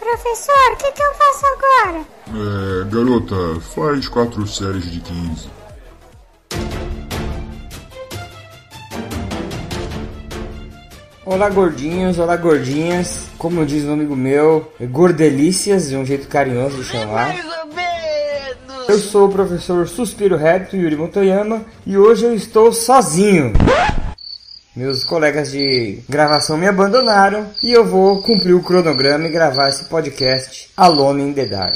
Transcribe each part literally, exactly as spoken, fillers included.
professor, o que, que eu faço agora? É, garota, faz quatro séries de quinze. Olá gordinhos, olá gordinhas, como diz um amigo meu, gordelícias, de um jeito carinhoso de chamar. Mais ou menos. Eu sou o professor Suspiro Reto, Yuri Motoyama, e hoje eu estou sozinho. Meus colegas de gravação me abandonaram e eu vou cumprir o cronograma e gravar esse podcast Alone in the Dark.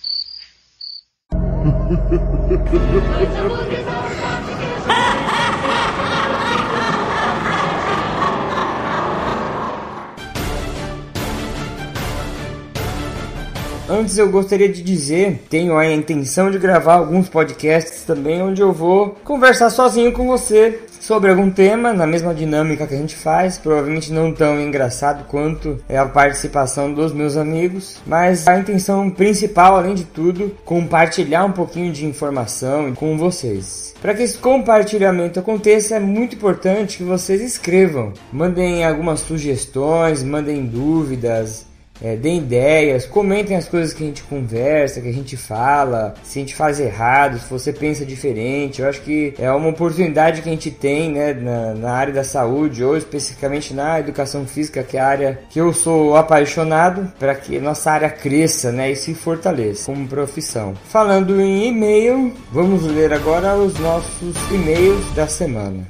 Antes eu gostaria de dizer, tenho a intenção de gravar alguns podcasts também, onde eu vou conversar sozinho com você sobre algum tema, na mesma dinâmica que a gente faz, provavelmente não tão engraçado quanto é a participação dos meus amigos, mas a intenção principal, além de tudo, compartilhar um pouquinho de informação com vocês. Para que esse compartilhamento aconteça, é muito importante que vocês escrevam, mandem algumas sugestões, mandem dúvidas, É, deem ideias, comentem as coisas que a gente conversa, que a gente fala, se a gente faz errado, se você pensa diferente. Eu acho que é uma oportunidade que a gente tem, né, na, na área da saúde, ou especificamente na educação física, que é a área que eu sou apaixonado, para que nossa área cresça, né, e se fortaleça como profissão. Falando em e-mail, vamos ler agora os nossos e-mails da semana.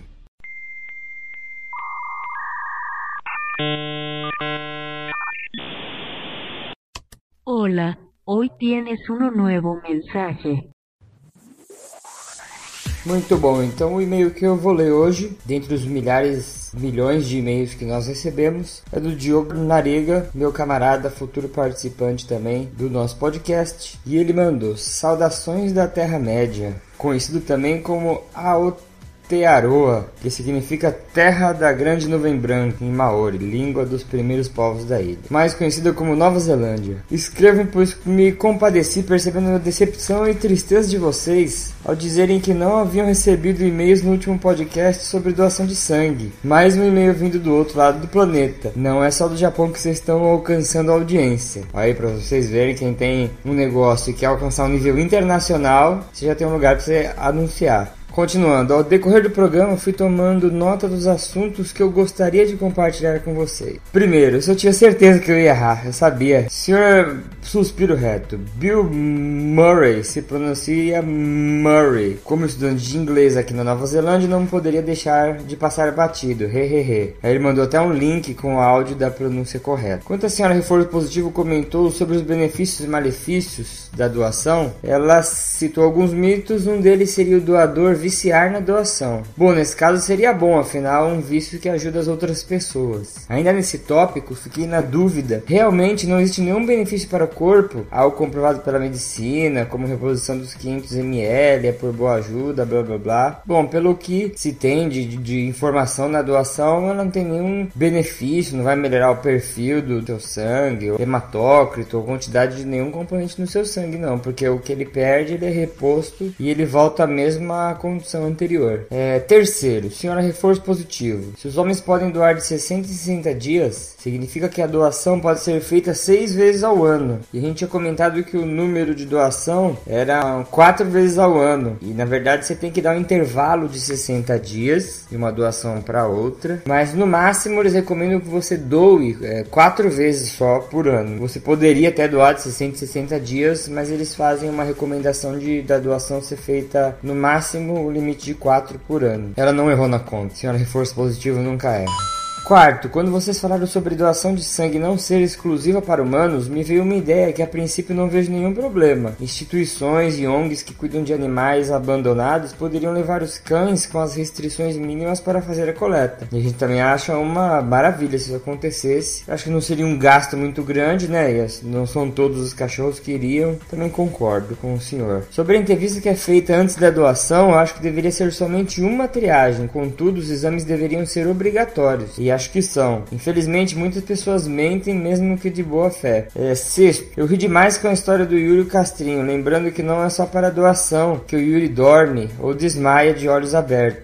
Hola, hoy tienes uno nuevo mensaje. Muito bom, então o e-mail que eu vou ler hoje, dentre os milhares, milhões de e-mails que nós recebemos, é do Diogo Nariga, meu camarada, futuro participante também do nosso podcast. E ele mandou: saudações da Terra-média, conhecido também como Aotearoa, que significa Terra da Grande Nuvem Branca em Maori, língua dos primeiros povos da ilha, mais conhecida como Nova Zelândia. Escrevo pois me compadeci percebendo a decepção e tristeza de vocês ao dizerem que não haviam recebido e-mails no último podcast sobre doação de sangue. Mais um e-mail vindo do outro lado do planeta. Não é só do Japão que vocês estão alcançando a audiência. Aí para vocês verem, quem tem um negócio e quer alcançar um nível internacional, você já tem um lugar para você anunciar. Continuando, ao decorrer do programa fui tomando nota dos assuntos que eu gostaria de compartilhar com vocês. Primeiro, eu tinha certeza que eu ia errar, eu sabia. Senhor Suspiro Reto, Bill Murray se pronuncia Murray. Como estudante de inglês aqui na Nova Zelândia, não poderia deixar de passar batido, hehehe. Aí ele mandou até um link com o áudio da pronúncia correta. Quanto a senhora Reforço Positivo comentou sobre os benefícios e malefícios da doação, ela citou alguns mitos, um deles seria o doador viciar na doação. Bom, nesse caso seria bom, afinal é um vício que ajuda as outras pessoas. Ainda nesse tópico, fiquei na dúvida. Realmente não existe nenhum benefício para o corpo, algo comprovado pela medicina, como reposição dos quinhentos mililitros, é por boa ajuda, blá blá blá. Bom, pelo que se tem de, de informação na doação, ela não tem nenhum benefício, não vai melhorar o perfil do teu sangue, o hematócrito, ou quantidade de nenhum componente no seu sangue, não, porque o que ele perde, ele é reposto e ele volta mesmo a condição anterior. É, terceiro, senhora Reforço Positivo. Se os homens podem doar de sessenta em sessenta dias, significa que a doação pode ser feita seis vezes ao ano. E a gente tinha comentado que o número de doação era quatro vezes ao ano. E na verdade você tem que dar um intervalo de sessenta dias de uma doação para outra. Mas no máximo eles recomendam que você doe é, quatro vezes só por ano. Você poderia até doar de sessenta em sessenta dias, mas eles fazem uma recomendação de da doação ser feita no máximo o limite de quatro por ano. Ela não errou na conta. Senhora Reforço Positivo nunca erra. Quarto, quando vocês falaram sobre doação de sangue não ser exclusiva para humanos, me veio uma ideia que a princípio não vejo nenhum problema. Instituições e O N Gs que cuidam de animais abandonados poderiam levar os cães com as restrições mínimas para fazer a coleta. E a gente também acha uma maravilha se isso acontecesse. Acho que não seria um gasto muito grande, né? E não são todos os cachorros que iriam. Também concordo com o senhor. Sobre a entrevista que é feita antes da doação, eu acho que deveria ser somente uma triagem. Contudo, os exames deveriam ser obrigatórios. E acho que são. Infelizmente, muitas pessoas mentem, mesmo que de boa fé. É, sexto, eu ri demais com a história do Yuri Castrinho, lembrando que não é só para doação que o Yuri dorme ou desmaia de olhos abertos.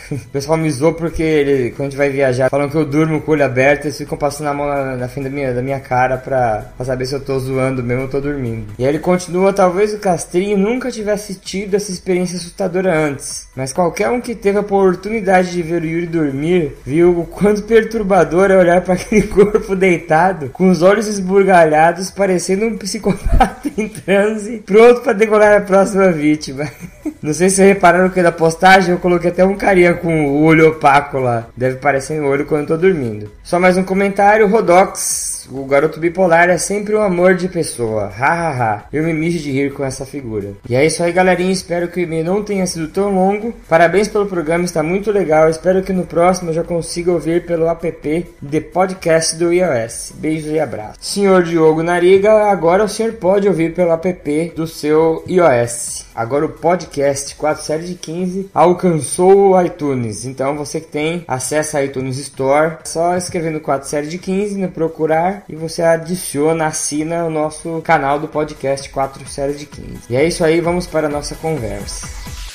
O pessoal me zoou porque ele, quando a gente vai viajar, falam que eu durmo com o olho aberto, eles ficam passando a mão na, na frente da minha, da minha cara pra, pra saber se eu tô zoando mesmo ou tô dormindo. E aí ele continua: talvez o Castrinho nunca tivesse tido essa experiência assustadora antes, mas qualquer um que teve a oportunidade de ver o Yuri dormir, viu o quanto perturbador é olhar para aquele corpo deitado, com os olhos esbugalhados, parecendo um psicopata em transe, pronto para degolar a próxima vítima. Não sei se vocês repararam que na postagem eu coloquei até um carinha com o olho opaco lá. Deve parecer meu olho quando eu tô dormindo. Só mais um comentário: Rodox, o garoto bipolar é sempre um amor de pessoa. Ha ha ha. Eu me mijo de rir com essa figura. E é isso aí, galerinha. Espero que o e-mail não tenha sido tão longo. Parabéns pelo programa, está muito legal. Espero que no próximo eu já consiga ouvir pelo app de podcast do iOS. Beijos e abraços. Senhor Diogo Nariga, agora o senhor pode ouvir pelo app do seu iOS. Agora o podcast quatro série de quinze alcançou o iTunes. Então você que tem acesso a iTunes Store, só escrevendo quatro série de quinze, no procurar, e você adiciona, assina o nosso canal do podcast quatro série de quinze. E é isso aí, vamos para a nossa conversa.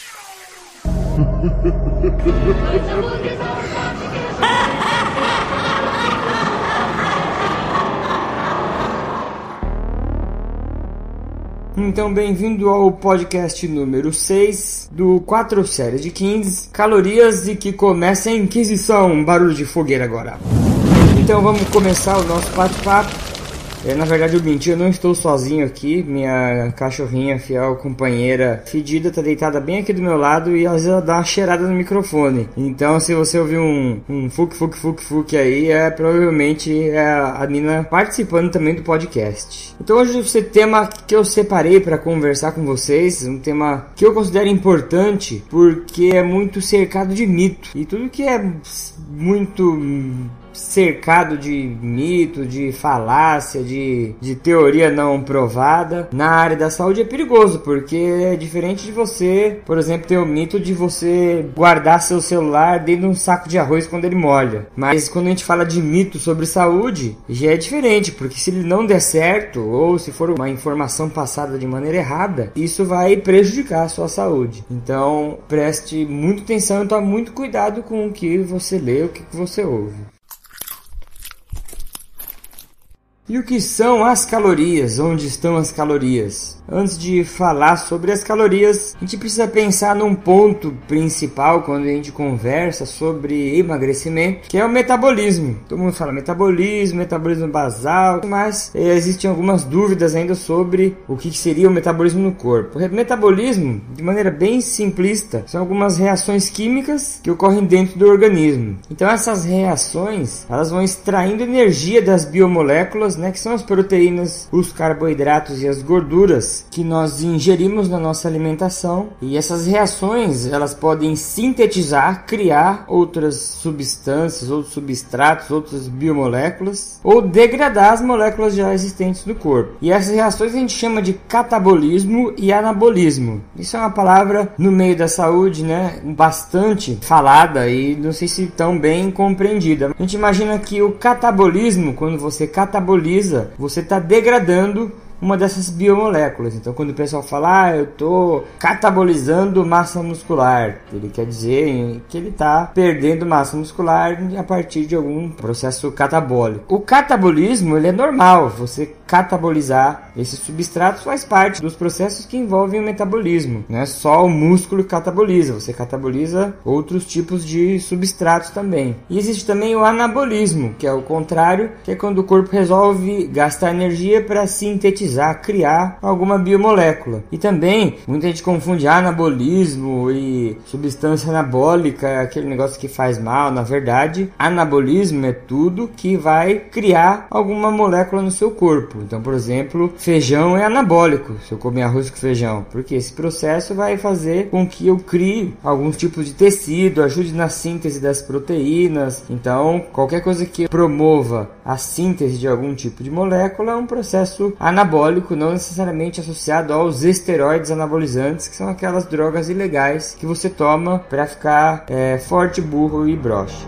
Então, bem-vindo ao podcast número seis do quatro série de quinze, calorias e que começa a Inquisição. Barulho de fogueira agora. Então vamos começar o nosso bate-papo. É, na verdade eu menti, eu não estou sozinho aqui. Minha cachorrinha fiel, companheira fedida, tá deitada bem aqui do meu lado e às vezes ela dá uma cheirada no microfone. Então se você ouvir um, um fuc, fuc, fuc, fuc aí, é provavelmente é a Nina participando também do podcast. Então hoje o tema que eu separei para conversar com vocês, um tema que eu considero importante porque é muito cercado de mito. E tudo que é muito cercado de mito, de falácia, de, de teoria não provada na área da saúde é perigoso, porque é diferente de você, por exemplo, ter o mito de você guardar seu celular dentro de um saco de arroz quando ele molha. Mas quando a gente fala de mito sobre saúde, já é diferente, porque se ele não der certo, ou se for uma informação passada de maneira errada, isso vai prejudicar a sua saúde. Então preste muita atenção e tome muito cuidado com o que você lê, o que você ouve. E o que são as calorias? Onde estão as calorias? Antes de falar sobre as calorias, a gente precisa pensar num ponto principal quando a gente conversa sobre emagrecimento, que é o metabolismo. Todo mundo fala metabolismo, metabolismo basal, mas eh, existem algumas dúvidas ainda sobre o que seria o metabolismo no corpo. O metabolismo, de maneira bem simplista, são algumas reações químicas que ocorrem dentro do organismo. Então essas reações, elas vão extraindo energia das biomoléculas, né, que são as proteínas, os carboidratos e as gorduras que nós ingerimos na nossa alimentação, e essas reações elas podem sintetizar, criar outras substâncias, outros substratos, outras biomoléculas, ou degradar as moléculas já existentes do corpo. E essas reações a gente chama de catabolismo e anabolismo. Isso é uma palavra no meio da saúde, né, bastante falada e não sei se tão bem compreendida. A gente imagina que o catabolismo, quando você cataboliza, você está degradando uma dessas biomoléculas. Então quando o pessoal fala, ah, eu estou catabolizando massa muscular, ele quer dizer que ele está perdendo massa muscular a partir de algum processo catabólico. O catabolismo, ele é normal, você catabolizar esses substratos faz parte dos processos que envolvem o metabolismo. Não é só o músculo que cataboliza, você cataboliza outros tipos de substratos também. E existe também o anabolismo, que é o contrário, que é quando o corpo resolve gastar energia para sintetizar, criar alguma biomolécula. E também muita gente confunde anabolismo e substância anabólica, aquele negócio que faz mal. Na verdade, anabolismo é tudo que vai criar alguma molécula no seu corpo. Então, por exemplo, feijão é anabólico, se eu comer arroz com feijão, porque esse processo vai fazer com que eu crie alguns tipos de tecido, ajude na síntese das proteínas. Então, qualquer coisa que promova a síntese de algum tipo de molécula é um processo anabólico, não necessariamente associado aos esteroides anabolizantes, que são aquelas drogas ilegais que você toma para ficar é, forte, burro e broxa.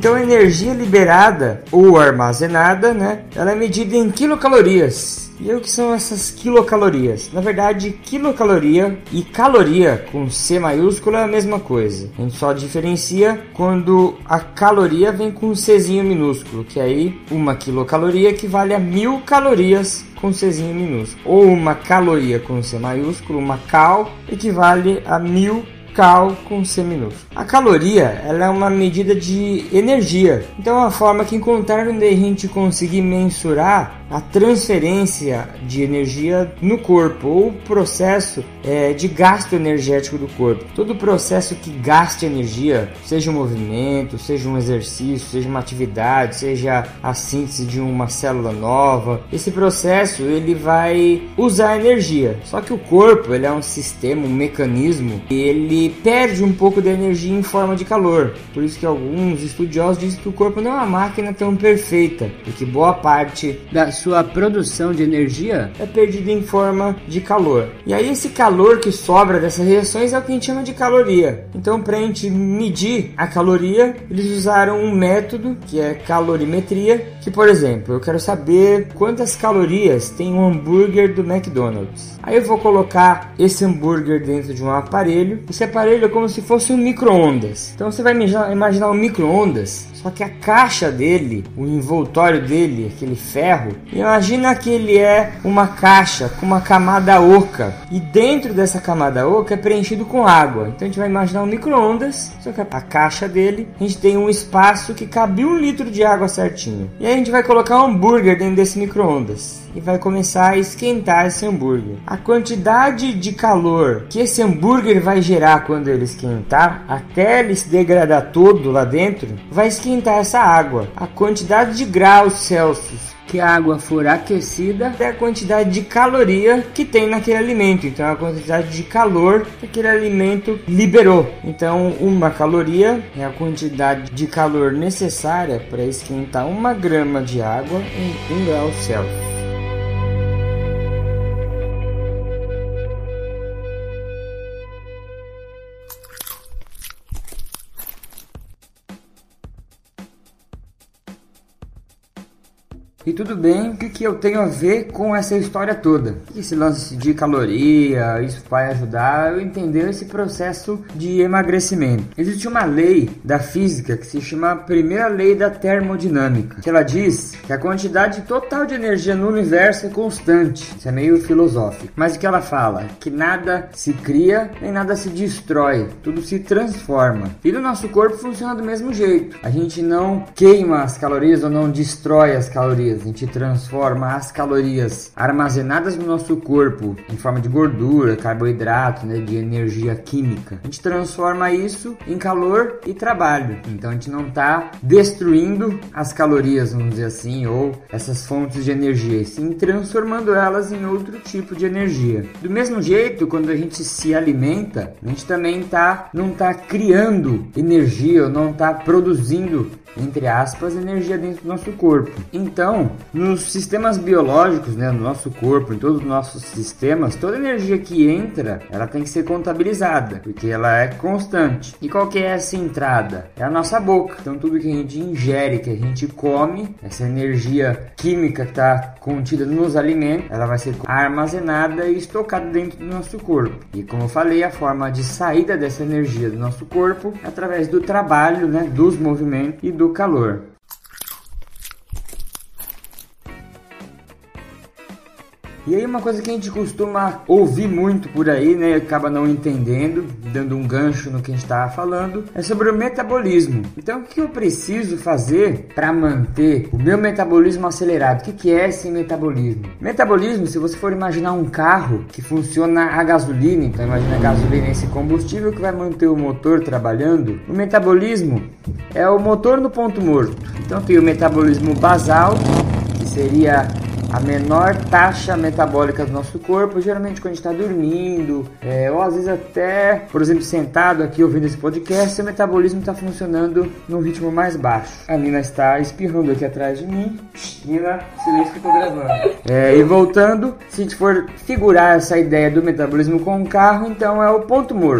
Então a energia liberada ou armazenada, né, ela é medida em quilocalorias. E o que são essas quilocalorias? Na verdade, quilocaloria e caloria com C maiúsculo é a mesma coisa. A gente só diferencia quando a caloria vem com um Czinho minúsculo, que aí uma quilocaloria equivale a mil calorias com Czinho minúsculo. Ou uma caloria com C maiúsculo, uma cal, equivale a mil cal com C minúsculo. A caloria, ela é uma medida de energia. Então é uma forma que encontraram de a gente conseguir mensurar a transferência de energia no corpo, ou o processo é, de gasto energético do corpo. Todo processo que gaste energia, seja um movimento, seja um exercício, seja uma atividade, seja a síntese de uma célula nova, esse processo ele vai usar energia. Só que o corpo ele é um sistema, um mecanismo, e ele perde um pouco da energia em forma de calor. Por isso que alguns estudiosos dizem que o corpo não é uma máquina tão perfeita, porque boa parte da sua produção de energia é perdida em forma de calor. E aí esse calor que sobra dessas reações é o que a gente chama de caloria. Então, para a gente medir a caloria, eles usaram um método que é calorimetria, que, por exemplo, eu quero saber quantas calorias tem um hambúrguer do McDonald's. Aí eu vou colocar esse hambúrguer dentro de um aparelho. Esse aparelho é como se fosse um micro-ondas. Então você vai imaginar um micro-ondas, só que a caixa dele, o envoltório dele, aquele ferro, imagina que ele é uma caixa com uma camada oca, e dentro dessa camada oca é preenchido com água. Então a gente vai imaginar um micro-ondas, só que a caixa dele, a gente tem um espaço que cabe um litro de água certinho. E aí a gente vai colocar um hambúrguer dentro desse micro-ondas e vai começar a esquentar esse hambúrguer. A quantidade de calor que esse hambúrguer vai gerar quando ele esquentar, até ele se degradar todo lá dentro, vai esquentar essa água. A quantidade de graus Celsius que a água for aquecida é a quantidade de caloria que tem naquele alimento. Então é a quantidade de calor que aquele alimento liberou. Então uma caloria é a quantidade de calor necessária para esquentar uma grama de água em um grau Celsius. E tudo bem, o que, que eu tenho a ver com essa história toda? Esse lance de caloria, isso vai ajudar eu a entender esse processo de emagrecimento. Existe uma lei da física que se chama a primeira lei da termodinâmica, que ela diz que a quantidade total de energia no universo é constante. Isso é meio filosófico. Mas o que ela fala? Que nada se cria, nem nada se destrói. Tudo se transforma. E no nosso corpo funciona do mesmo jeito. A gente não queima as calorias ou não destrói as calorias. A gente transforma as calorias armazenadas no nosso corpo em forma de gordura, carboidrato, né, de energia química. A gente transforma isso em calor e trabalho. Então a gente não está destruindo as calorias, vamos dizer assim, ou essas fontes de energia, e sim transformando elas em outro tipo de energia. Do mesmo jeito, quando a gente se alimenta, a gente também tá, não está criando energia, ou não está produzindo, entre aspas, energia dentro do nosso corpo. Então, nos sistemas biológicos, né, no nosso corpo, em todos os nossos sistemas, toda energia que entra, ela tem que ser contabilizada, porque ela é constante. E qual que é essa entrada? É a nossa boca. Então, tudo que a gente ingere, que a gente come, essa energia química que está contida nos alimentos, ela vai ser armazenada e estocada dentro do nosso corpo. E como eu falei, a forma de saída dessa energia do nosso corpo é através do trabalho, né, dos movimentos e do calor. E aí uma coisa que a gente costuma ouvir muito por aí, né, acaba não entendendo, dando um gancho no que a gente estava falando, é sobre o metabolismo. Então o que eu preciso fazer para manter o meu metabolismo acelerado? O que, que é esse metabolismo? Metabolismo, se você for imaginar um carro que funciona a gasolina, então imagina a gasolina, esse combustível que vai manter o motor trabalhando. O metabolismo é o motor no ponto morto. Então tem o metabolismo basal, que seria a menor taxa metabólica do nosso corpo, geralmente quando a gente está dormindo, é, ou às vezes até, por exemplo, sentado aqui ouvindo esse podcast, seu metabolismo está funcionando num ritmo mais baixo. A Nina está espirrando aqui atrás de mim. Nina, silêncio que eu estou gravando. É, e voltando, se a gente for figurar essa ideia do metabolismo com um carro, então é o ponto morto.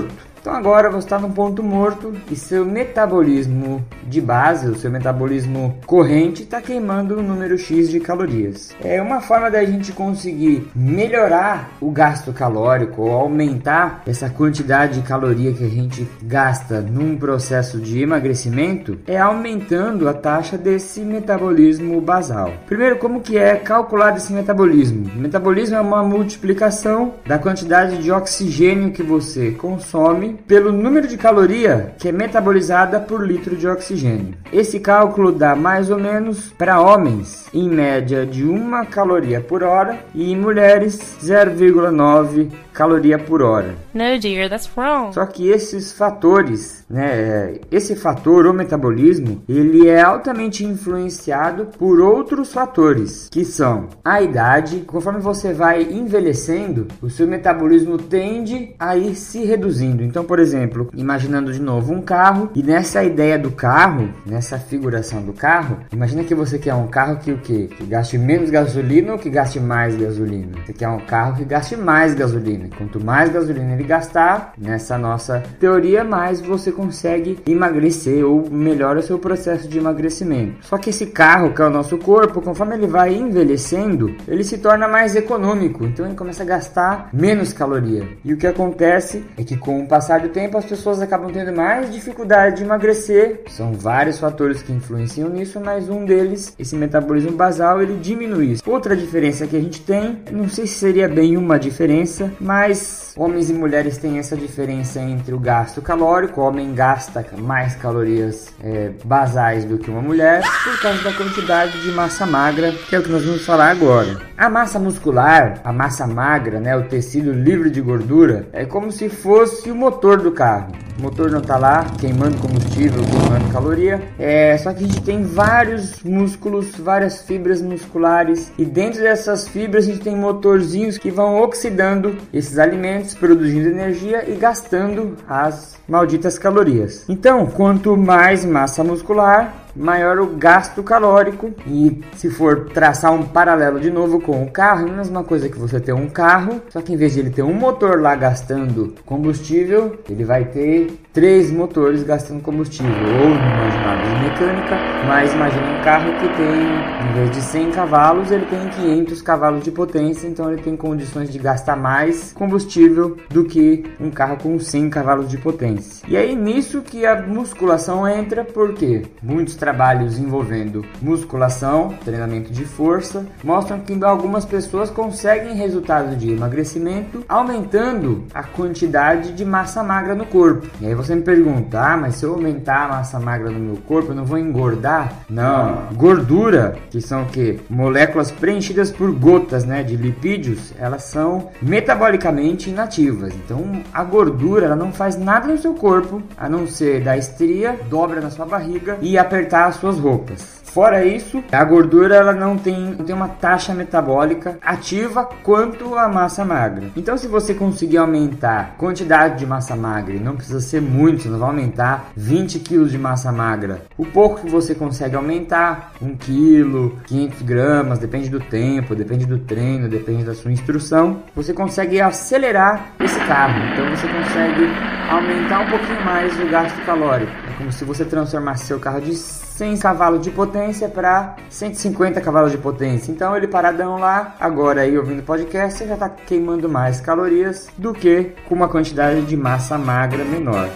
Então agora você está num ponto morto e seu metabolismo de base, o seu metabolismo corrente está queimando um número X de calorias. É uma forma da gente conseguir melhorar o gasto calórico ou aumentar essa quantidade de caloria que a gente gasta num processo de emagrecimento, é aumentando a taxa desse metabolismo basal. Primeiro, como que é calculado esse metabolismo? O metabolismo é uma multiplicação da quantidade de oxigênio que você consome pelo número de caloria que é metabolizada por litro de oxigênio. Esse cálculo dá mais ou menos para homens em média de uma caloria por hora e em mulheres zero vírgula nove caloria por hora. No dear, that's wrong. Só que esses fatores, né, esse fator, o metabolismo, ele é altamente influenciado por outros fatores, que são a idade. Conforme você vai envelhecendo, o seu metabolismo tende a ir se reduzindo. Então, por exemplo, imaginando de novo um carro, e nessa ideia do carro, nessa figuração do carro, imagina que você quer um carro que o quê? Que gaste menos gasolina ou que gaste mais gasolina? Você quer um carro que gaste mais gasolina. Quanto mais gasolina ele gastar, nessa nossa teoria, mais você consegue emagrecer ou melhora o seu processo de emagrecimento. Só que esse carro, que é o nosso corpo, conforme ele vai envelhecendo, ele se torna mais econômico, então ele começa a gastar menos caloria. E o que acontece é que com o passar do tempo as pessoas acabam tendo mais dificuldade de emagrecer. São vários fatores que influenciam nisso, mas um deles, esse metabolismo basal, ele diminui. Outra diferença que a gente tem, não sei se seria bem uma diferença, mas homens e mulheres têm essa diferença entre o gasto calórico. O homem gasta mais calorias é, basais do que uma mulher por causa da quantidade de massa magra, que é o que nós vamos falar agora. A massa muscular, a massa magra, né, o tecido livre de gordura, é como se fosse o motor do carro. O motor não está lá queimando combustível, queimando caloria, é, só que a gente tem vários músculos, várias fibras musculares, e dentro dessas fibras a gente tem motorzinhos que vão oxidando esses alimentos, produzindo energia e gastando as malditas calorias. Então, quanto mais massa muscular, maior o gasto calórico. E se for traçar um paralelo de novo com o carro, é a mesma coisa que você ter um carro, só que em vez de ele ter um motor lá gastando combustível, ele vai ter três motores gastando combustível, ou numa jornada de mecânica. Mas imagina um carro que tem, em vez de cem cavalos, ele tem quinhentos cavalos de potência, então ele tem condições de gastar mais combustível do que um carro com cem cavalos de potência. E aí nisso que a musculação entra, porque muitos trabalhos envolvendo musculação, treinamento de força, mostram que algumas pessoas conseguem resultado de emagrecimento aumentando a quantidade de massa magra no corpo. E aí você me pergunta, ah, mas se eu aumentar a massa magra no meu corpo, eu não vou engordar? Não. Gordura, que são o quê? Moléculas preenchidas por gotas, né, de lipídios, elas são metabolicamente inativas. Então a gordura, ela não faz nada no seu corpo, a não ser dar estria, dobra na sua barriga e apertar as suas roupas. Fora isso, a gordura ela não tem, não tem uma taxa metabólica ativa quanto a massa magra. Então, se você conseguir aumentar a quantidade de massa magra, e não precisa ser muito, você não vai aumentar vinte quilos de massa magra. O pouco que você consegue aumentar, um quilo, quinhentos gramas, depende do tempo, depende do treino, depende da sua instrução, você consegue acelerar esse carro. Então, você consegue aumentar um pouquinho mais o gasto calórico. É como se você transformasse seu carro de cem cavalos de potência para cento e cinquenta cavalos de potência. Então ele paradão lá, agora aí ouvindo podcast, você já está queimando mais calorias do que com uma quantidade de massa magra menor.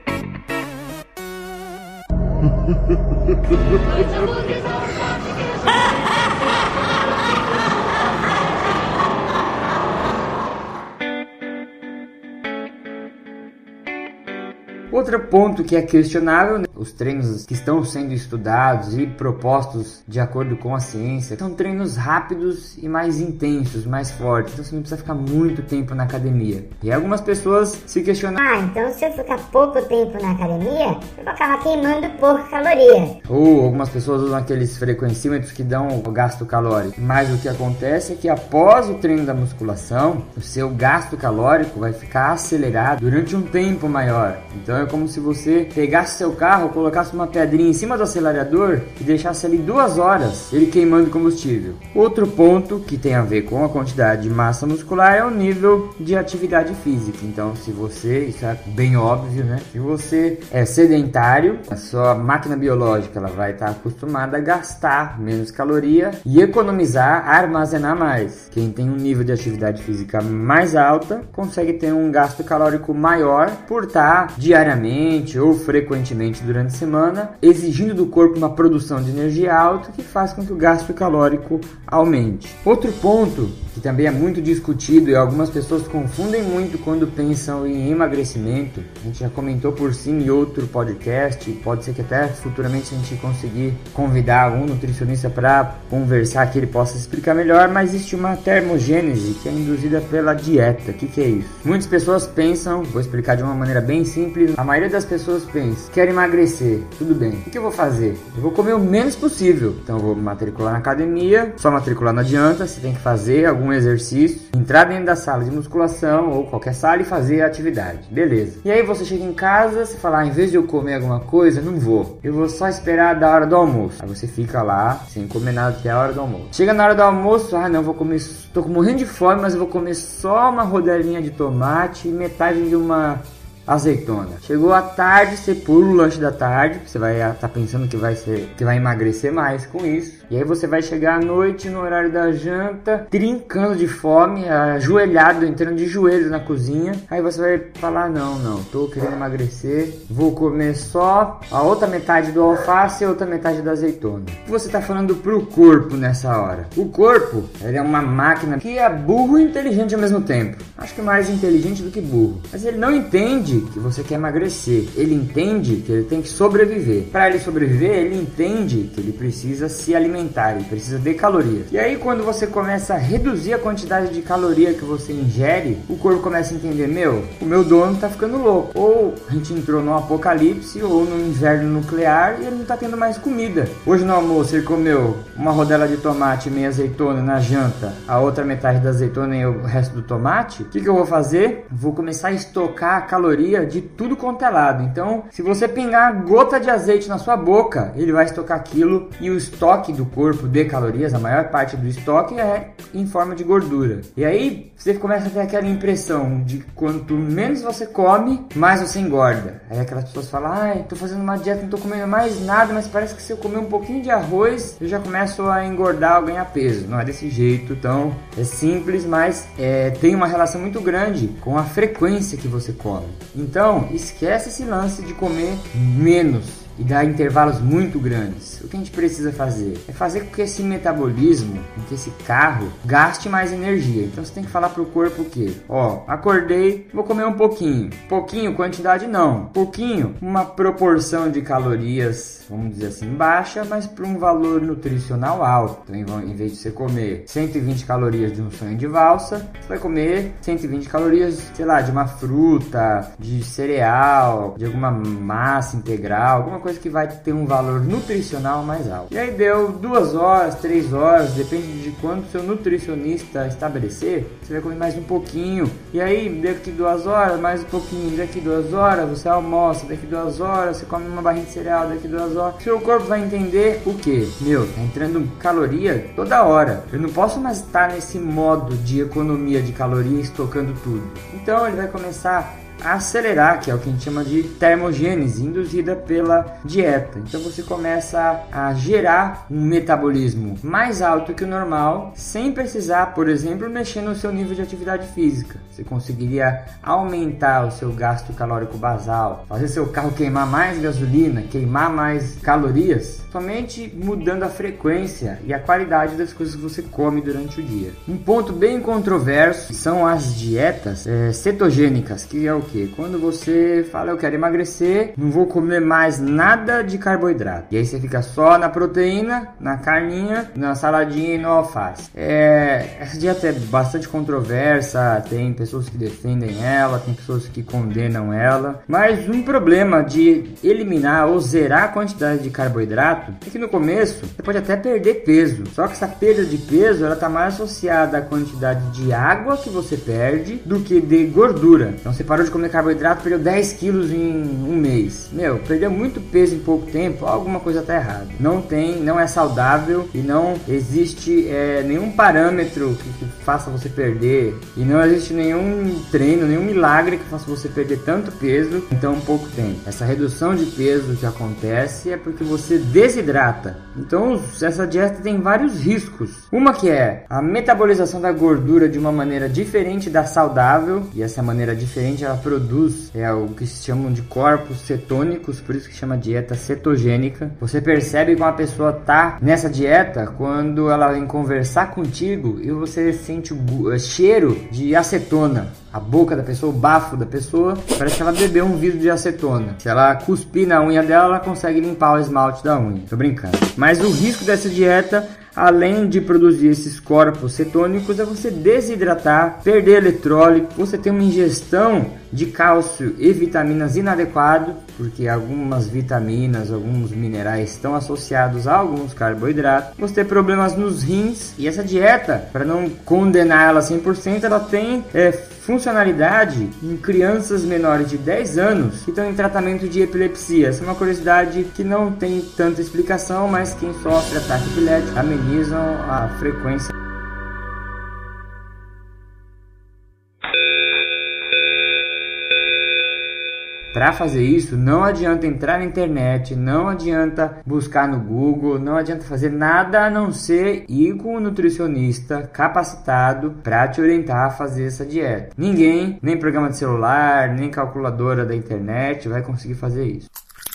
Outro ponto que é questionável, né? Os treinos que estão sendo estudados e propostos de acordo com a ciência são treinos rápidos e mais intensos, mais fortes, então você não precisa ficar muito tempo na academia. E algumas pessoas se questionam, ah, então se eu ficar pouco tempo na academia, eu vou acabar queimando pouca caloria. Ou algumas pessoas usam aqueles frequencímetros que dão o gasto calórico. Mas o que acontece é que após o treino da musculação, o seu gasto calórico vai ficar acelerado durante um tempo maior. Então é como se você pegasse seu carro, colocasse uma pedrinha em cima do acelerador e deixasse ali duas horas ele queimando combustível. Outro ponto que tem a ver com a quantidade de massa muscular é o nível de atividade física. Então, se você, isso é bem óbvio, né? Se você é sedentário, a sua máquina biológica ela vai estar acostumada a gastar menos caloria e economizar, armazenar mais. Quem tem um nível de atividade física mais alta consegue ter um gasto calórico maior por estar diariamente ou frequentemente durante a semana exigindo do corpo uma produção de energia alta que faz com que o gasto calórico aumente. Outro ponto que também é muito discutido e algumas pessoas confundem muito quando pensam em emagrecimento, a gente já comentou por cima em outro podcast, pode ser que até futuramente a gente conseguir convidar algum nutricionista para conversar que ele possa explicar melhor, mas existe uma termogênese que é induzida pela dieta. O que, que é isso? Muitas pessoas pensam, vou explicar de uma maneira bem simples, a maioria das pessoas pensa, quero emagrecer, tudo bem, o que eu vou fazer? Eu vou comer o menos possível, então eu vou matricular na academia, só matricular não adianta, você tem que fazer algum exercício, entrar dentro da sala de musculação ou qualquer sala e fazer a atividade, beleza. E aí você chega em casa, você fala, ah, em vez de eu comer alguma coisa, não vou, eu vou só esperar da hora do almoço. Aí você fica lá, sem comer nada até a hora do almoço. Chega na hora do almoço, ah não, vou comer, tô morrendo de fome, mas eu vou comer só uma rodelinha de tomate e metade de uma azeitona. Chegou a tarde, você pula o lanche da tarde, você vai estar tá pensando que vai ser, que vai emagrecer mais com isso. E aí você vai chegar à noite no horário da janta, trincando de fome, ajoelhado, entrando de joelhos na cozinha. Aí você vai falar, não, não, tô querendo emagrecer, vou comer só a outra metade do alface e a outra metade da azeitona. O que você tá falando pro corpo nessa hora? O corpo, ele é uma máquina que é burro e inteligente ao mesmo tempo. Acho que mais inteligente do que burro. Mas ele não entende que você quer emagrecer, ele entende que ele tem que sobreviver. Para ele sobreviver, ele entende que ele precisa se alimentar, ele precisa de calorias. E aí quando você começa a reduzir a quantidade de caloria que você ingere, o corpo começa a entender, meu, o meu dono tá ficando louco. Ou a gente entrou no apocalipse ou no inverno nuclear e ele não tá tendo mais comida. Hoje no almoço ele comeu uma rodela de tomate e meia azeitona, na janta a outra metade da azeitona e o resto do tomate. O que que eu vou fazer? Vou começar a estocar a caloria de tudo quanto é lado. Então, se você pingar gota de azeite na sua boca, ele vai estocar aquilo e o estoque do corpo de calorias, a maior parte do estoque é em forma de gordura. E aí, você começa a ter aquela impressão de quanto menos você come, mais você engorda. Aí aquelas pessoas falam, ai, tô fazendo uma dieta, não tô comendo mais nada, mas parece que se eu comer um pouquinho de arroz, eu já começo a engordar ou ganhar peso. Não é desse jeito, então é simples, mas é, tem uma relação muito grande com a frequência que você come. Então, esquece esse lance de comer menos e dar intervalos muito grandes. O que a gente precisa fazer é fazer com que esse metabolismo, com que esse carro gaste mais energia. Então você tem que falar pro corpo o quê? Ó, acordei, vou comer um pouquinho. Pouquinho, quantidade não. Pouquinho, uma proporção de calorias, vamos dizer assim, baixa, mas para um valor nutricional alto. Então, em vez de você comer cento e vinte calorias de um sonho de valsa, você vai comer cento e vinte calorias, sei lá, de uma fruta, de cereal, de alguma massa integral, alguma coisa que vai ter um valor nutricional mais alto. E aí deu duas horas, três horas, depende de quanto seu nutricionista estabelecer, você vai comer mais um pouquinho. E aí daqui duas horas, mais um pouquinho, daqui duas horas você almoça, daqui duas horas você come uma barrinha de cereal, daqui duas horas. Seu corpo vai entender o que? Meu, tá entrando caloria toda hora. Eu não posso mais estar nesse modo de economia de caloria estocando tudo. Então ele vai começar a acelerar, que é o que a gente chama de termogênese, induzida pela dieta. Então você começa a gerar um metabolismo mais alto que o normal, sem precisar, por exemplo, mexer no seu nível de atividade física. Você conseguiria aumentar o seu gasto calórico basal, fazer seu carro queimar mais gasolina, queimar mais calorias, somente mudando a frequência e a qualidade das coisas que você come durante o dia. Um ponto bem controverso são as dietas é, cetogênicas, que é o que? Quando você fala, eu quero emagrecer, não vou comer mais nada de carboidrato. E aí você fica só na proteína, na carninha, na saladinha e no alface. É, essa dieta é bastante controversa, tem pessoas que defendem ela, tem pessoas que condenam ela. Mas um problema de eliminar ou zerar a quantidade de carboidrato é que no começo você pode até perder peso. Só que essa perda de peso, ela está mais associada à quantidade de água que você perde do que de gordura. Então você parou de comer comer carboidrato, perdeu dez quilos em um mês. Meu, perdeu muito peso em pouco tempo, alguma coisa tá errada. Não tem, não é saudável e não existe é, nenhum parâmetro que, que faça você perder. E não existe nenhum treino, nenhum milagre que faça você perder tanto peso em tão pouco tempo. Essa redução de peso que acontece é porque você desidrata. Então essa dieta tem vários riscos. Uma que é a metabolização da gordura de uma maneira diferente da saudável, e essa maneira diferente ela produz é o que se chamam de corpos cetônicos, por isso que chama dieta cetogênica. Você percebe que uma pessoa tá nessa dieta quando ela vem conversar contigo e você sente o cheiro de acetona. A boca da pessoa, o bafo da pessoa, parece que ela bebeu um vidro de acetona. Se ela cuspir na unha dela, ela consegue limpar o esmalte da unha. Tô brincando. Mas o risco dessa dieta, além de produzir esses corpos cetônicos, é você desidratar, perder eletrólito, você ter uma ingestão de cálcio e vitaminas inadequado, porque algumas vitaminas, alguns minerais estão associados a alguns carboidratos. Você ter problemas nos rins, e essa dieta, para não condenar ela cem por cento, ela tem é, funcionalidade em crianças menores de dez anos que estão em tratamento de epilepsia. Essa é uma curiosidade que não tem tanta explicação, mas quem sofre ataque epilético amenizam a frequência. Para fazer isso, não adianta entrar na internet, não adianta buscar no Google, não adianta fazer nada a não ser ir com um nutricionista capacitado para te orientar a fazer essa dieta. Ninguém, nem programa de celular, nem calculadora da internet vai conseguir fazer isso.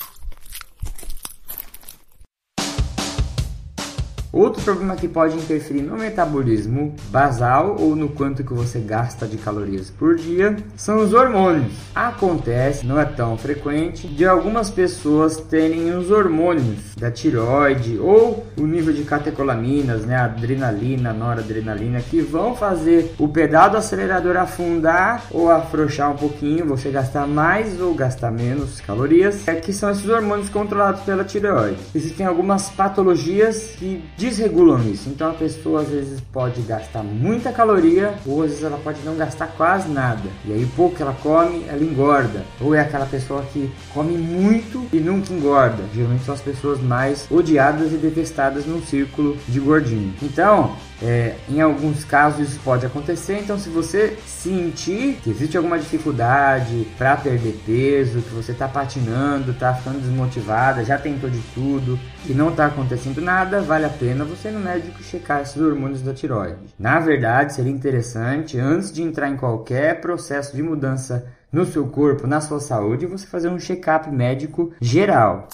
Outro problema que pode interferir no metabolismo basal ou no quanto que você gasta de calorias por dia são os hormônios. Acontece, não é tão frequente, de algumas pessoas terem os hormônios da tireoide ou o nível de catecolaminas, né, adrenalina, noradrenalina, que vão fazer o pedal do acelerador afundar ou afrouxar um pouquinho, você gastar mais ou gastar menos calorias, é que são esses hormônios controlados pela tireoide. Existem algumas patologias que desregulam isso, então a pessoa às vezes pode gastar muita caloria ou às vezes ela pode não gastar quase nada, e aí pouco que ela come, ela engorda. Ou é aquela pessoa que come muito e nunca engorda. Geralmente são as pessoas mais odiadas e detestadas num círculo de gordinho. Então É, em alguns casos isso pode acontecer, então se você sentir que existe alguma dificuldade para perder peso, que você está patinando, está ficando desmotivada, já tentou de tudo e não está acontecendo nada, vale a pena você ir no médico checar esses hormônios da tireoide. Na verdade, seria interessante, antes de entrar em qualquer processo de mudança no seu corpo, na sua saúde, você fazer um check-up médico geral.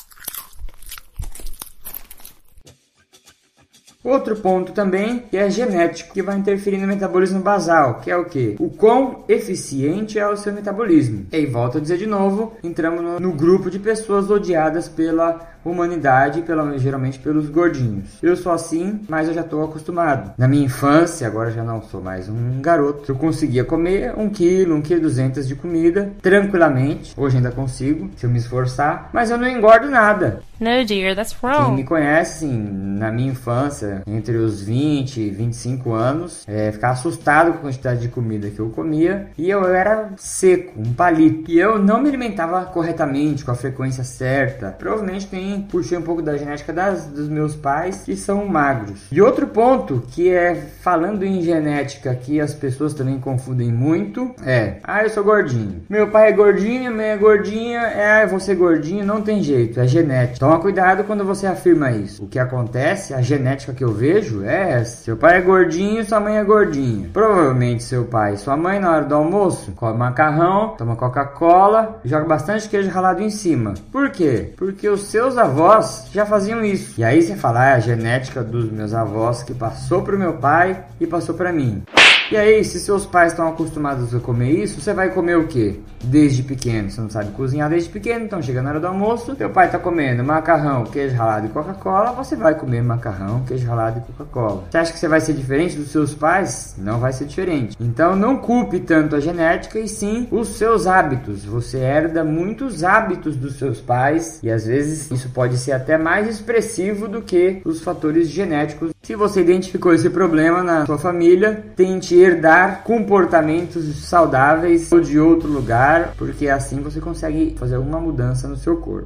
Outro ponto também que é genético, que vai interferir no metabolismo basal, que é o quê? O quão eficiente é o seu metabolismo. E aí, volto a dizer de novo, entramos no, no grupo de pessoas odiadas pela humanidade, pela, geralmente pelos gordinhos. Eu sou assim, mas eu já estou acostumado. Na minha infância, agora já não sou mais um garoto, eu conseguia comer um quilo, um quilo e duzentos de comida tranquilamente. Hoje ainda consigo, se eu me esforçar, mas eu não engordo nada. No dear, that's wrong. Quem me conhece, assim, na minha infância, entre os vinte e vinte e cinco anos, é, ficava assustado com a quantidade de comida que eu comia, e eu era seco, um palito. E eu não me alimentava corretamente, com a frequência certa. Provavelmente tem, puxei um pouco da genética das, dos meus pais, que são magros. E outro ponto, que é, falando em genética, que as pessoas também confundem muito, é, ah, eu sou gordinho. Meu pai é gordinho, minha mãe é gordinha, é, ah, eu vou ser gordinho, não tem jeito, é genética. Toma cuidado quando você afirma isso. O que acontece, a genética que eu vejo é essa. Seu pai é gordinho, sua mãe é gordinha. Provavelmente seu pai e sua mãe, na hora do almoço, come macarrão, toma Coca-Cola e joga bastante queijo ralado em cima. Por quê? Porque os seus avós já faziam isso. E aí você fala, ah, é a genética dos meus avós que passou pro meu pai e passou pra mim. E aí, se seus pais estão acostumados a comer isso, você vai comer o quê? Desde pequeno. Você não sabe cozinhar desde pequeno, então chega na hora do almoço, teu pai tá comendo macarrão, queijo ralado e Coca-Cola, você vai comer macarrão, queijo ralado e Coca-Cola. Você acha que você vai ser diferente dos seus pais? Não vai ser diferente. Então não culpe tanto a genética e sim os seus hábitos. Você herda muitos hábitos dos seus pais e às vezes isso pode ser até mais expressivo do que os fatores genéticos. Se você identificou esse problema na sua família, tente herdar comportamentos saudáveis de outro lugar, porque assim você consegue fazer alguma mudança no seu corpo.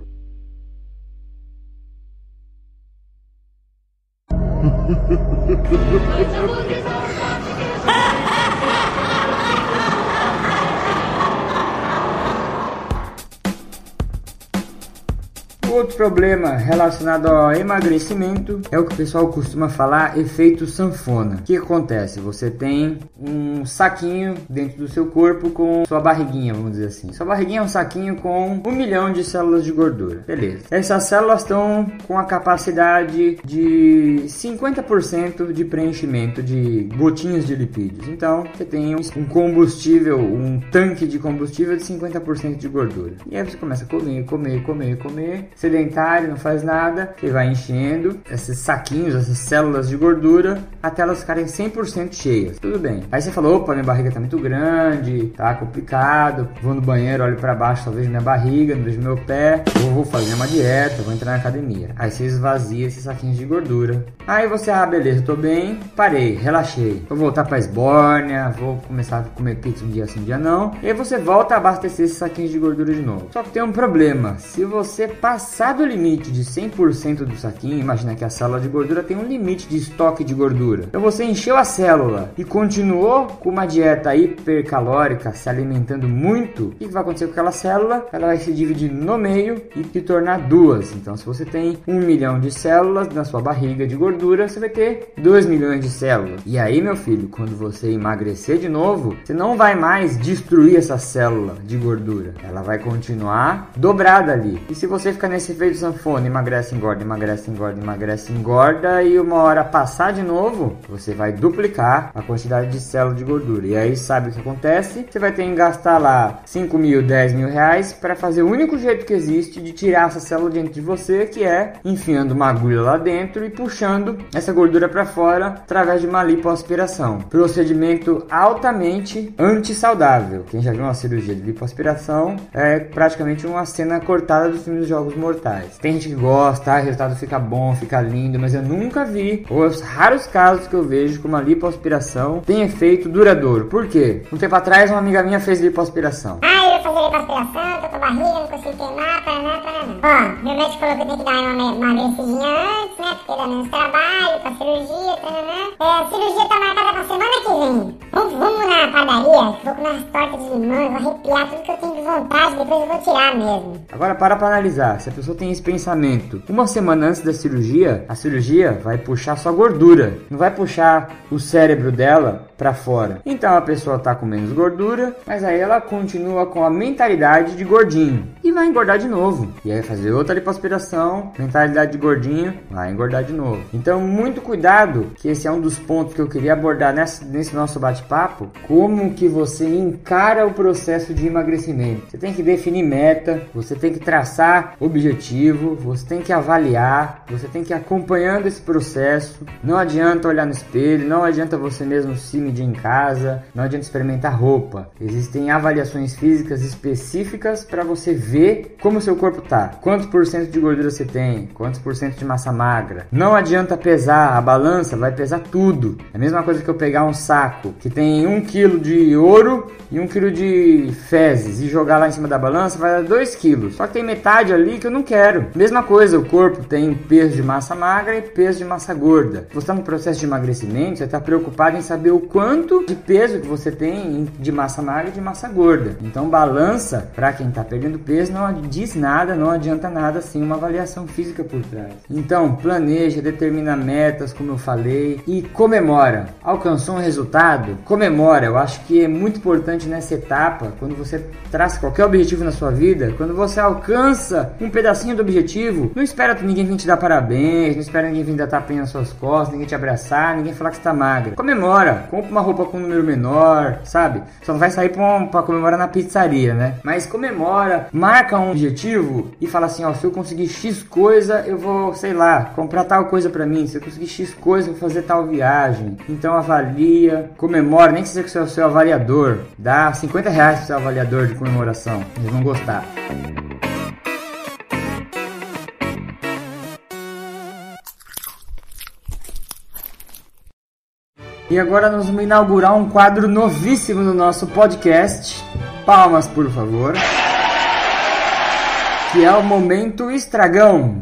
Outro problema relacionado ao emagrecimento é o que o pessoal costuma falar, efeito sanfona. O que acontece? Você tem um saquinho dentro do seu corpo com sua barriguinha, vamos dizer assim. Sua barriguinha é um saquinho com um milhão de células de gordura. Beleza. Essas células estão com a capacidade de cinquenta por cento de preenchimento de gotinhas de lipídios. Então, você tem um combustível, um tanque de combustível de cinquenta por cento de gordura. E aí você começa a comer, comer, comer, comer. Sedentário, não faz nada, você vai enchendo esses saquinhos, essas células de gordura, até elas ficarem cem por cento cheias. Tudo bem. Aí você falou, opa, minha barriga tá muito grande, tá complicado, vou no banheiro, olho pra baixo, só vejo minha barriga, não vejo meu pé, ou vou fazer uma dieta, vou entrar na academia. Aí você esvazia esses saquinhos de gordura. Aí você, ah, beleza, tô bem, parei, relaxei. Vou voltar pra esbórnia, vou começar a comer pizza um dia sim, um dia não. E aí você volta a abastecer esses saquinhos de gordura de novo. Só que tem um problema, se você passar Passado o limite de cem por cento do saquinho, imagina que a célula de gordura tem um limite de estoque de gordura. Então você encheu a célula e continuou com uma dieta hipercalórica, se alimentando muito, o que vai acontecer com aquela célula? Ela vai se dividir no meio e se tornar duas. Então se você tem um milhão de células na sua barriga de gordura, você vai ter dois milhões de células. E aí, meu filho, quando você emagrecer de novo, você não vai mais destruir essa célula de gordura. Ela vai continuar dobrada ali. E se você ficar nesse efeito sanfona, emagrece, engorda, emagrece, engorda, emagrece, engorda, e uma hora passar de novo, você vai duplicar a quantidade de célula de gordura. E aí sabe o que acontece? Você vai ter que gastar lá cinco mil, dez mil reais para fazer o único jeito que existe de tirar essa célula dentro de você, que é enfiando uma agulha lá dentro e puxando essa gordura para fora através de uma lipoaspiração. Procedimento altamente antissaudável. Quem já viu uma cirurgia de lipoaspiração é praticamente uma cena cortada dos filmes dos Jogos Mortais. Tem gente que gosta, ah, o resultado fica bom, fica lindo, mas eu nunca vi, ou os raros casos que eu vejo, que uma lipoaspiração tem efeito duradouro. Por quê? Um tempo atrás uma amiga minha fez lipoaspiração. Ah, eu vou fazer lipoaspiração, tô com barriga, não consigo queimar, paraná, paraná. Ó, meu médico falou que eu tenho que dar uma, uma emagrecidinha antes, né, porque dá menos trabalho, com a cirurgia, paraná. É, a cirurgia tá marcada pra semana que vem. Vamos, vamos na padaria, vou comer umas tortas de limão, eu vou arrepiar tudo que eu tenho de vontade, depois eu vou tirar mesmo. Agora para pra analisar, se a pessoa tem esse pensamento, uma semana antes da cirurgia, a cirurgia vai puxar só gordura, não vai puxar o cérebro dela pra fora. Então a pessoa tá com menos gordura, mas aí ela continua com a mentalidade de gordinho e vai engordar de novo. E aí fazer outra lipoaspiração, mentalidade de gordinho, vai engordar de novo. Então muito cuidado, que esse é um dos pontos que eu queria abordar nessa, nesse nosso bate-papo, como que você encara o processo de emagrecimento. Você tem que definir meta, você tem que traçar objetivo, você tem que avaliar, você tem que ir acompanhando esse processo. Não adianta olhar no espelho, não adianta você mesmo se medir em casa, não adianta experimentar roupa. Existem avaliações físicas específicas para você ver como o seu corpo tá, quantos por cento de gordura você tem, quantos por cento de massa magra. Não adianta pesar, a balança vai pesar tudo. É a mesma coisa que eu pegar um saco que tem um quilo de ouro e um quilo de fezes e jogar lá em cima da balança, vai dar dois quilos. Só que tem metade ali que eu não quero. Mesma coisa, o corpo tem peso de massa magra e peso de massa gorda. Você está no processo de emagrecimento, você está preocupado em saber o quanto de peso que você tem de massa magra e de massa gorda. Então balança, para quem está perdendo peso, não diz nada, não adianta nada sem uma avaliação física por trás. Então planeja, determina metas, como eu falei, e comemora. Alcançou um resultado? Comemora. Eu acho que é muito importante nessa etapa, quando você traça qualquer objetivo na sua vida, quando você alcança um pedacinho do objetivo, não espera que ninguém vir te dar parabéns, não espera ninguém vir dar tapinha nas suas costas, ninguém te abraçar, ninguém falar que você tá magra. Comemora, compra uma roupa com um número menor, sabe? Só não vai sair pra, pra comemorar na pizzaria, né? Mas comemora, marca um objetivo e fala assim, ó, se eu conseguir X coisa, eu vou, sei lá, comprar tal coisa pra mim, se eu conseguir X coisa, eu vou fazer tal viagem. Então avalia, comemora, nem que seja que você é o seu avaliador, dá cinquenta reais pro seu avaliador de comemoração, eles vão gostar. E agora nós vamos inaugurar um quadro novíssimo no nosso podcast. Palmas, por favor. Que é o Momento Estragão.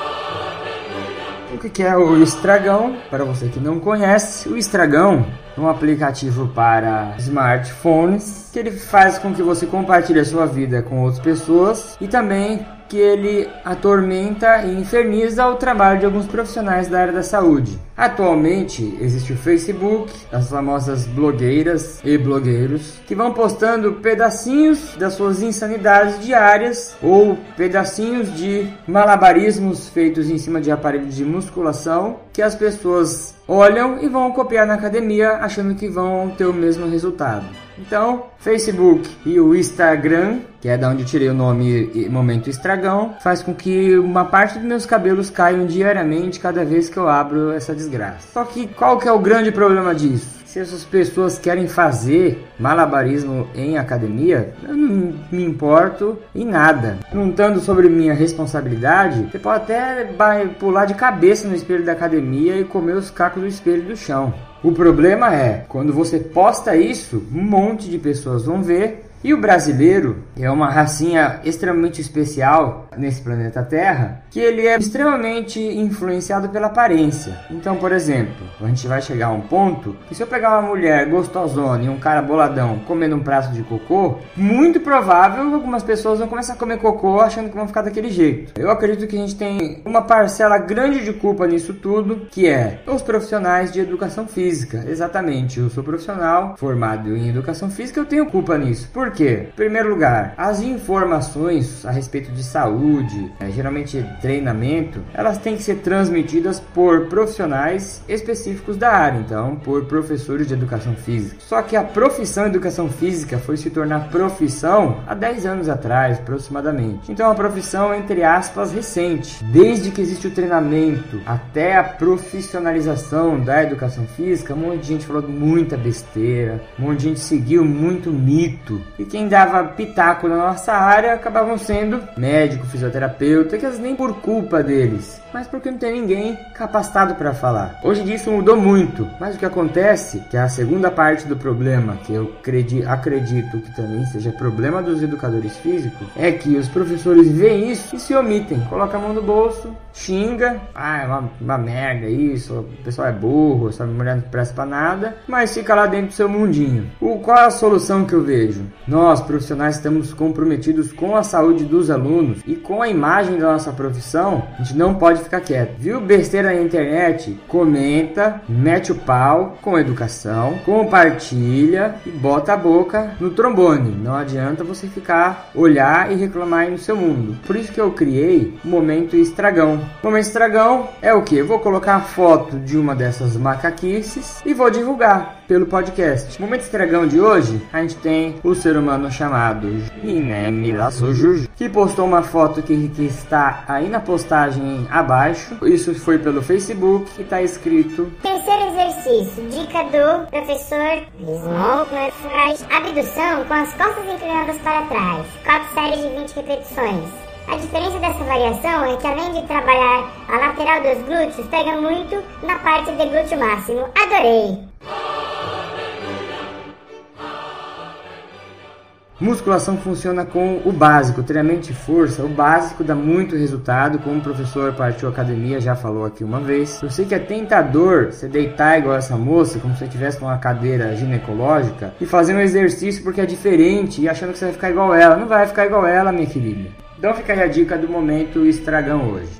O que é o Estragão? Para você que não conhece, o Estragão é um aplicativo para smartphones que ele faz com que você compartilhe a sua vida com outras pessoas e também que ele atormenta e inferniza o trabalho de alguns profissionais da área da saúde. Atualmente existe o Facebook, as famosas blogueiras e blogueiros que vão postando pedacinhos das suas insanidades diárias ou pedacinhos de malabarismos feitos em cima de aparelhos de musculação que as pessoas olham e vão copiar na academia achando que vão ter o mesmo resultado. Então, Facebook e o Instagram, que é da onde eu tirei o nome Momento Estragão, faz com que uma parte dos meus cabelos caiam diariamente cada vez que eu abro essa desgraça. Só que qual que é o grande problema disso? Se essas pessoas querem fazer malabarismo em academia, eu não me importo em nada. Perguntando sobre minha responsabilidade, você pode até pular de cabeça no espelho da academia e comer os cacos do espelho do chão. O problema é, quando você posta isso, um monte de pessoas vão ver. E o brasileiro é uma racinha extremamente especial nesse planeta Terra, que ele é extremamente influenciado pela aparência. Então, por exemplo, a gente vai chegar a um ponto que se eu pegar uma mulher gostosona e um cara boladão comendo um prato de cocô, muito provável que algumas pessoas vão começar a comer cocô achando que vão ficar daquele jeito. Eu acredito que a gente tem uma parcela grande de culpa nisso tudo, que é os profissionais de educação física. Exatamente, eu sou profissional formado em educação física, eu tenho culpa nisso. Por Por quê? Em primeiro lugar, as informações a respeito de saúde, é, geralmente treinamento, elas têm que ser transmitidas por profissionais específicos da área, então por professores de educação física. Só que a profissão educação física foi se tornar profissão há dez anos atrás, aproximadamente. Então é uma profissão, entre aspas, recente. Desde que existe o treinamento até a profissionalização da educação física, um monte de gente falou muita besteira, um monte de gente seguiu muito mito. E quem dava pitaco na nossa área acabavam sendo médico, fisioterapeuta, que às vezes nem por culpa deles, mas porque não tem ninguém capacitado para falar. Hoje disso mudou muito, mas o que acontece, que é a segunda parte do problema, que eu acredito que também seja problema dos educadores físicos, é que os professores veem isso e se omitem, coloca a mão no bolso, xinga, ah, é uma, uma merda isso, o pessoal é burro, essa mulher não presta pra nada, mas fica lá dentro do seu mundinho. O, qual é a solução que eu vejo? Nós, profissionais, estamos comprometidos com a saúde dos alunos e com a imagem da nossa profissão. A gente não pode ficar quieto. Viu besteira na internet? Comenta, mete o pau com educação, compartilha e bota a boca no trombone. Não adianta você ficar, olhar e reclamar aí no seu mundo. Por isso que eu criei o Momento Estragão. O Momento Estragão é o que? Eu vou colocar a foto de uma dessas macaquices e vou divulgar pelo podcast. O Momento Estragão de hoje, a gente tem o ser humano chamado Juju, que postou uma foto que, que está aí na postagem abaixo. Isso foi pelo Facebook e está escrito: terceiro exercício, dica do professor Smoker faz abdução com as costas inclinadas para trás, quatro séries de vinte repetições. A diferença dessa variação é que além de trabalhar a lateral dos glúteos, pega muito na parte de glúteo máximo. Adorei! Musculação funciona com o básico, treinamento de força. O básico dá muito resultado, como o professor Partiu Academia já falou aqui uma vez. Eu sei que é tentador você deitar igual essa moça, como se você tivesse uma cadeira ginecológica, e fazer um exercício porque é diferente e achando que você vai ficar igual ela. Não vai ficar igual ela, minha querida. Então fica aí a dica do Momento Estragão hoje.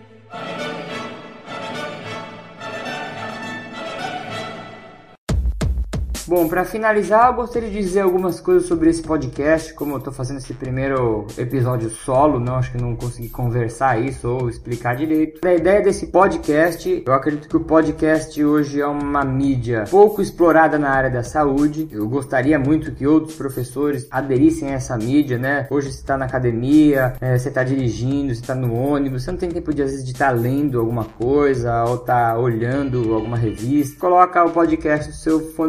Bom, para finalizar, eu gostaria de dizer algumas coisas sobre esse podcast. Como eu estou fazendo esse primeiro episódio solo, não acho que não consegui conversar isso ou explicar direito. A ideia desse podcast, eu acredito que o podcast hoje é uma mídia pouco explorada na área da saúde. Eu gostaria muito que outros professores aderissem a essa mídia, né? Hoje você está na academia, é, você está dirigindo, você está no ônibus, você não tem tempo de às vezes de estar tá lendo alguma coisa ou estar tá olhando alguma revista. Coloca o podcast no seu fone de ouvido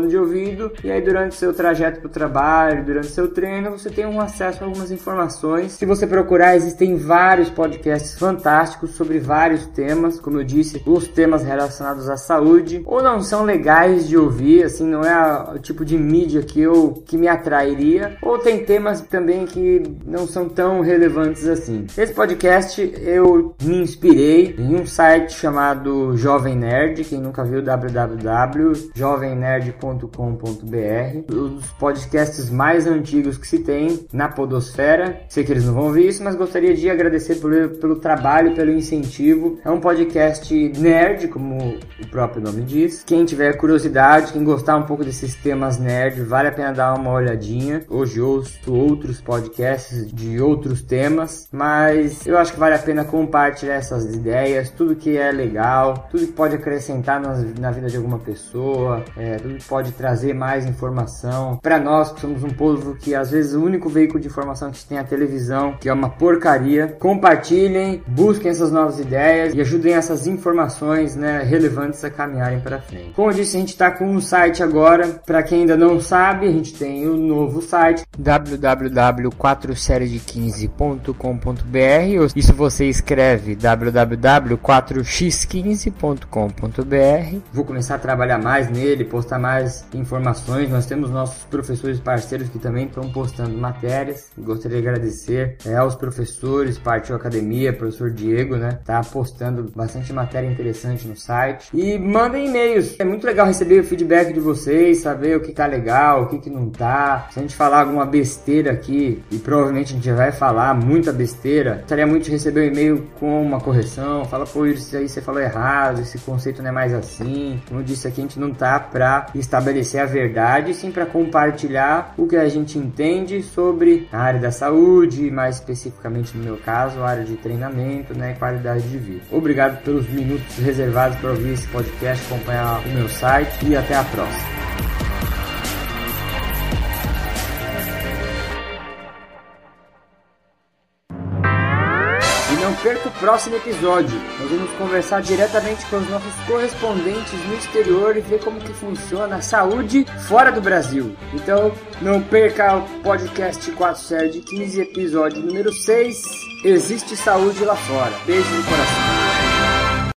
ouvido, e aí durante o seu trajeto para o trabalho, durante o seu treino, você tem um acesso a algumas informações. Se você procurar, existem vários podcasts fantásticos sobre vários temas, como eu disse, os temas relacionados à saúde, ou não são legais de ouvir, assim, não é o tipo de mídia que eu que me atrairia, ou tem temas também que não são tão relevantes assim. Esse podcast eu me inspirei em um site chamado Jovem Nerd. Quem nunca viu, w w w ponto jovem nerd ponto com ponto b r, um dos podcasts mais antigos que se tem na podosfera. Sei que eles não vão ouvir isso, mas gostaria de agradecer pelo, pelo trabalho, pelo incentivo. É um podcast nerd, como o próprio nome diz. Quem tiver curiosidade, quem gostar um pouco desses temas nerd, vale a pena dar uma olhadinha. Hoje ouço outros podcasts de outros temas, mas eu acho que vale a pena compartilhar essas ideias, tudo que é legal, tudo que pode acrescentar na, na vida de alguma pessoa, é, tudo que pode trazer mais informação para nós, que somos um povo que às vezes o único veículo de informação que a gente tem é a televisão, que é uma porcaria. Compartilhem, busquem essas novas ideias e ajudem essas informações, né, relevantes a caminharem para frente. Como eu disse, a gente está com um site agora. Para quem ainda não sabe, a gente tem o um novo site w w w ponto quatro série de quinze ponto com ponto b r. Isso você escreve w w w ponto quatro x quinze ponto com ponto b r. Vou começar a trabalhar mais nele, postar mais informações. Nós temos nossos professores parceiros que também estão postando matérias. Gostaria de agradecer é, aos professores, Partiu Academia, professor Diego, né? Tá postando bastante matéria interessante no site. E mandem e-mails. É muito legal receber o feedback de vocês, saber o que tá legal, o que, que não tá. Se a gente falar alguma besteira aqui, e provavelmente a gente vai falar muita besteira, gostaria muito de receber um e-mail com uma correção. Fala, pô, isso aí você falou errado, esse conceito não é mais assim. Como eu disse aqui, a gente não tá pra estabelecer a verdade, sim pra compartilhar o que a gente entende sobre a área da saúde, mais especificamente no meu caso, a área de treinamento, né, e qualidade de vida. Obrigado pelos minutos reservados para ouvir esse podcast, acompanhar o meu site e até a próxima. Não perca o próximo episódio. Nós vamos conversar diretamente com os nossos correspondentes no exterior e ver como que funciona a saúde fora do Brasil. Então, não perca o podcast quatro série de quinze, episódio número seis. Existe saúde lá fora. Beijo no coração.